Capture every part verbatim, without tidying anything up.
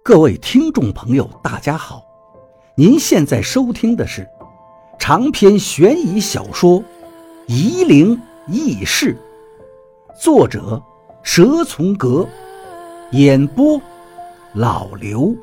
各位听众朋友大家好，您现在收听的是长篇悬疑小说《夷陵轶事》，作者蛇从阁，演播老刘。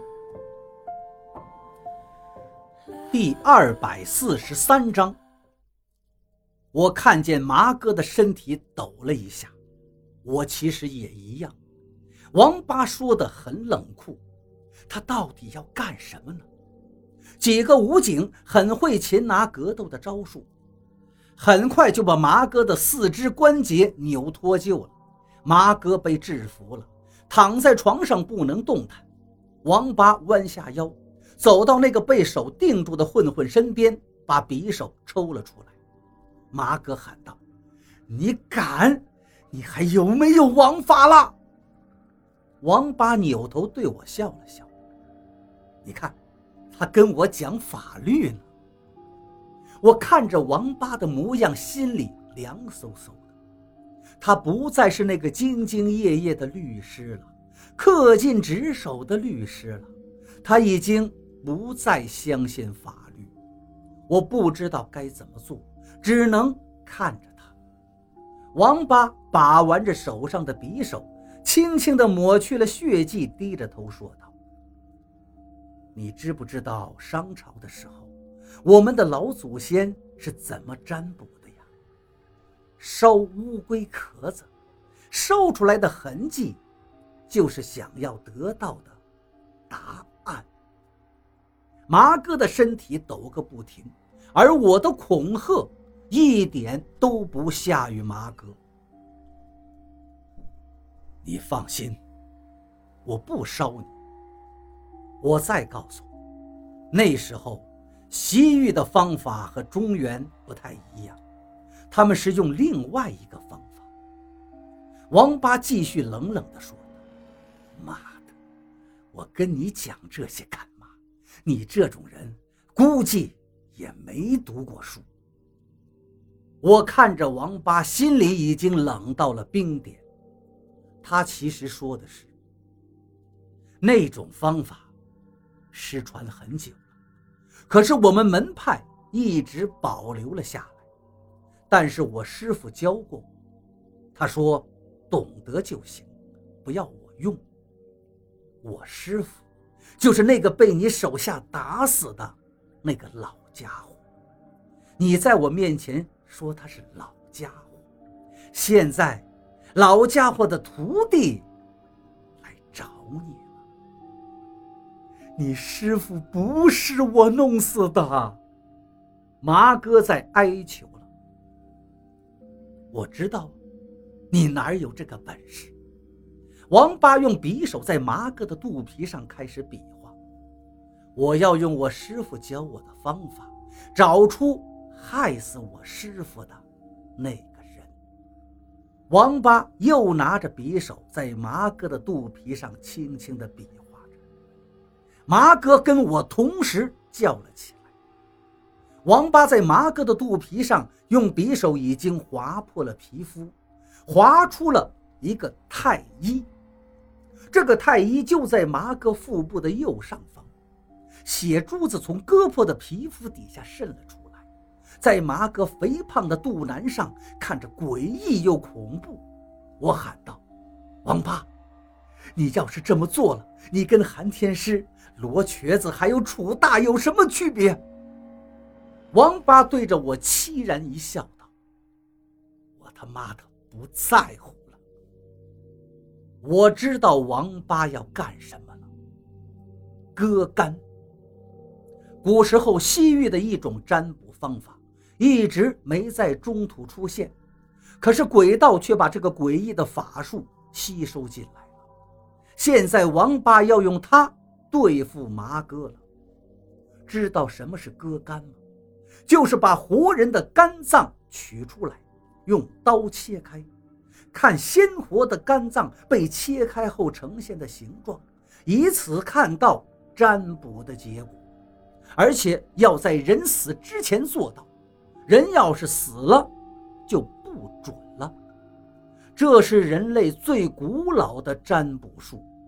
第二百四十三章。我看见麻哥的身体抖了一下，我其实也一样。王八说得很冷酷，他到底要干什么呢？几个武警很会擒拿格斗的招数，很快就把麻哥的四肢关节扭脱臼了。麻哥被制服了，躺在床上不能动弹。王八弯下腰，走到那个被手定住的混混身边，把匕首抽了出来。麻哥喊道：你敢？你还有没有王法了？王八扭头对我笑了笑，你看，他跟我讲法律呢。我看着王八的模样，心里凉飕飕的。他不再是那个兢兢业业的律师了，恪尽职守的律师了。他已经不再相信法律。我不知道该怎么做，只能看着他。王八把玩着手上的匕首，轻轻地抹去了血迹，低着头说道：你知不知道商朝的时候，我们的老祖先是怎么占卜的呀？烧乌龟壳子，烧出来的痕迹就是想要得到的答案。麻哥的身体抖个不停，而我的恐吓一点都不下于麻哥。你放心，我不烧你。我再告诉你，那时候西域的方法和中原不太一样，他们是用另外一个方法。王八继续冷冷地说：妈的，我跟你讲这些干嘛？你这种人估计也没读过书。我看着王八，心里已经冷到了冰点。他其实说的是，那种方法失传很久了，可是我们门派一直保留了下来。但是我师父教过我，他说懂得就行，不要我用。我师父就是那个被你手下打死的那个老家伙。你在我面前说他是老家伙，现在老家伙的徒弟来找你了。你师父不是我弄死的。麻哥在哀求了。我知道你哪有这个本事。王八用匕首在麻哥的肚皮上开始比划。我要用我师父教我的方法，找出害死我师父的那个人。王八又拿着匕首在麻哥的肚皮上轻轻地比划着。麻哥跟我同时叫了起来。王八在麻哥的肚皮上用匕首已经划破了皮肤，划出了一个太医。这个太医就在麻哥腹部的右上方，血珠子从割破的皮肤底下渗了出来，在麻哥肥胖的肚腩上看着诡异又恐怖。我喊道：王八，你要是这么做了，你跟韩天师、罗瘸子还有楚大有什么区别？王八对着我凄然一笑道：我他妈的不在乎了。我知道王八要干什么了。割肝。古时候西域的一种占卜方法，一直没在中土出现，可是鬼道却把这个诡异的法术吸收进来了。现在王八要用它对付麻哥了。知道什么是割肝吗？就是把活人的肝脏取出来，用刀切开，看鲜活的肝脏被切开后呈现的形状，以此看到占卜的结果。而且要在人死之前做到，人要是死了就不准了。这是人类最古老的占卜术，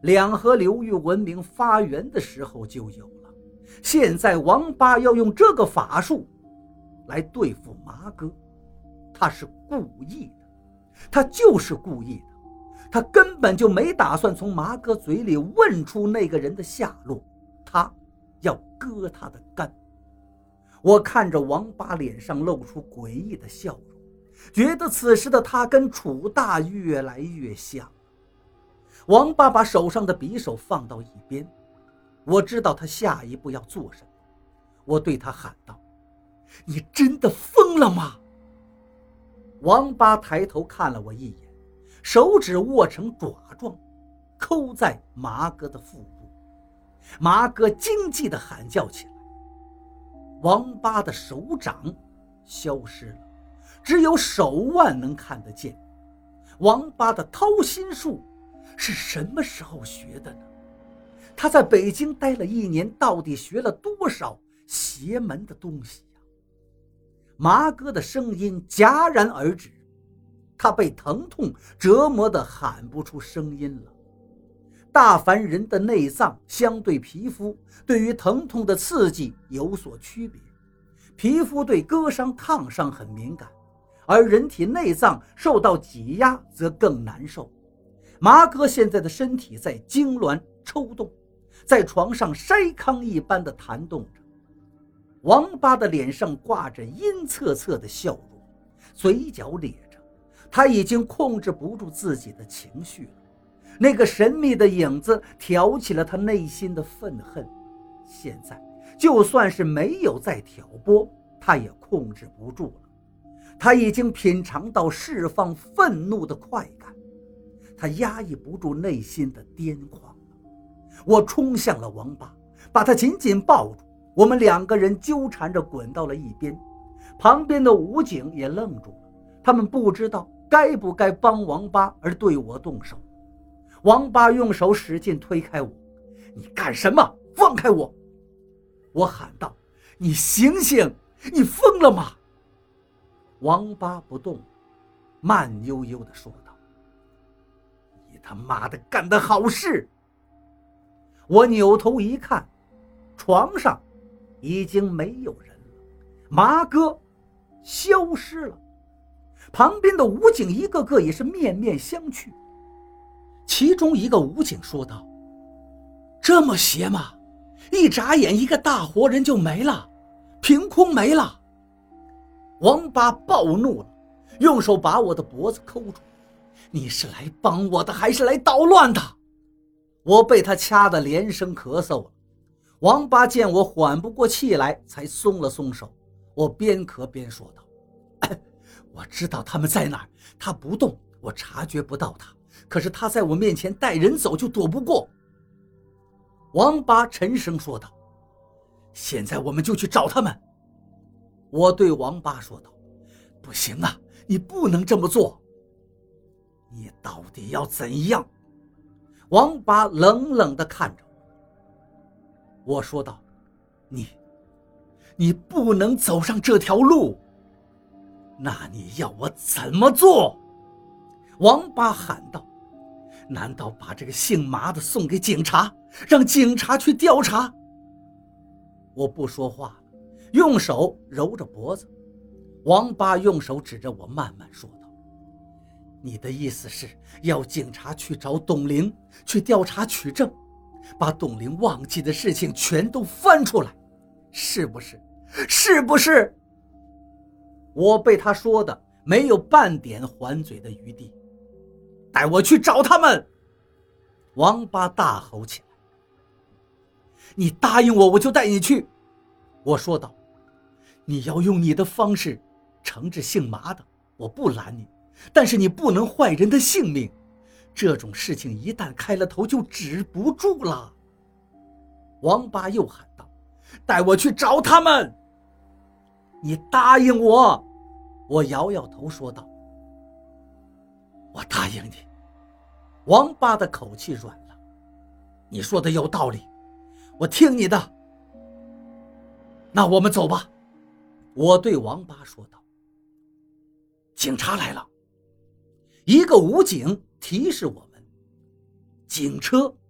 两河流域文明发源的时候就有了，现在王八要用这个法术来对付麻哥，他是故意的，他就是故意的，他根本就没打算从麻哥嘴里问出那个人的下落，他要割他的肝。我看着王八脸上露出诡异的笑容，觉得此时的他跟楚大越来越像。王八把手上的匕首放到一边，我知道他下一步要做什么。我对他喊道：你真的疯了吗？王八抬头看了我一眼，手指握成爪状，扣在麻哥的腹部。麻哥惊悸地喊叫起来。王八的手掌消失了，只有手腕能看得见。王八的掏心术是什么时候学的呢？他在北京待了一年，到底学了多少邪门的东西呀？麻哥的声音戛然而止，他被疼痛折磨得喊不出声音了。大凡人的内脏相对皮肤，对于疼痛的刺激有所区别。皮肤对割伤烫伤很敏感，而人体内脏受到挤压则更难受。麻哥现在的身体在痉挛抽动，在床上筛糠一般的弹动着。王八的脸上挂着阴恻恻的笑容，嘴角咧着，他已经控制不住自己的情绪了。那个神秘的影子挑起了他内心的愤恨，现在就算是没有再挑拨，他也控制不住了。他已经品尝到释放愤怒的快感，他压抑不住内心的癫狂了。我冲向了王八，把他紧紧抱住，我们两个人纠缠着滚到了一边。旁边的武警也愣住了，他们不知道该不该帮王八而对我动手。王八用手使劲推开我，你干什么？放开我！我喊道，你醒醒，你疯了吗？王八不动，慢悠悠地说道，你他妈的干的好事！我扭头一看，床上已经没有人了，麻哥消失了。旁边的武警一个个也是面面相觑。其中一个武警说道，这么邪吗？一眨眼一个大活人就没了，凭空没了。王八暴怒了，用手把我的脖子扣住，你是来帮我的还是来捣乱的？我被他掐得连声咳嗽了。王八见我缓不过气来，才松了松手。我边咳边说道，哎，我知道他们在哪儿，他不动，我察觉不到他，可是他在我面前带人走就躲不过。王八沉声说道，现在我们就去找他们。我对王八说道，不行啊，你不能这么做。你到底要怎样？王八冷冷地看着我。我说道，你你不能走上这条路。那你要我怎么做？王八喊道，难道把这个姓麻的送给警察，让警察去调查？我不说话了，用手揉着脖子。王八用手指着我慢慢说道，你的意思是要警察去找董玲，去调查取证，把董玲忘记的事情全都翻出来，是不是？是不是？我被他说的没有半点还嘴的余地。带我去找他们！王八大吼起来。你答应我，我就带你去。我说道，你要用你的方式惩治姓麻的，我不拦你，但是你不能坏人的性命，这种事情一旦开了头就止不住了。王八又喊道，带我去找他们！你答应我！我摇摇头说道，我答应你。王八的口气软了，你说的有道理，我听你的。那我们走吧。我对王八说道。警察来了。一个武警提示我们，警车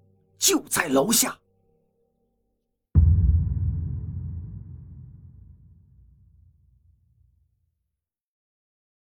就在楼下。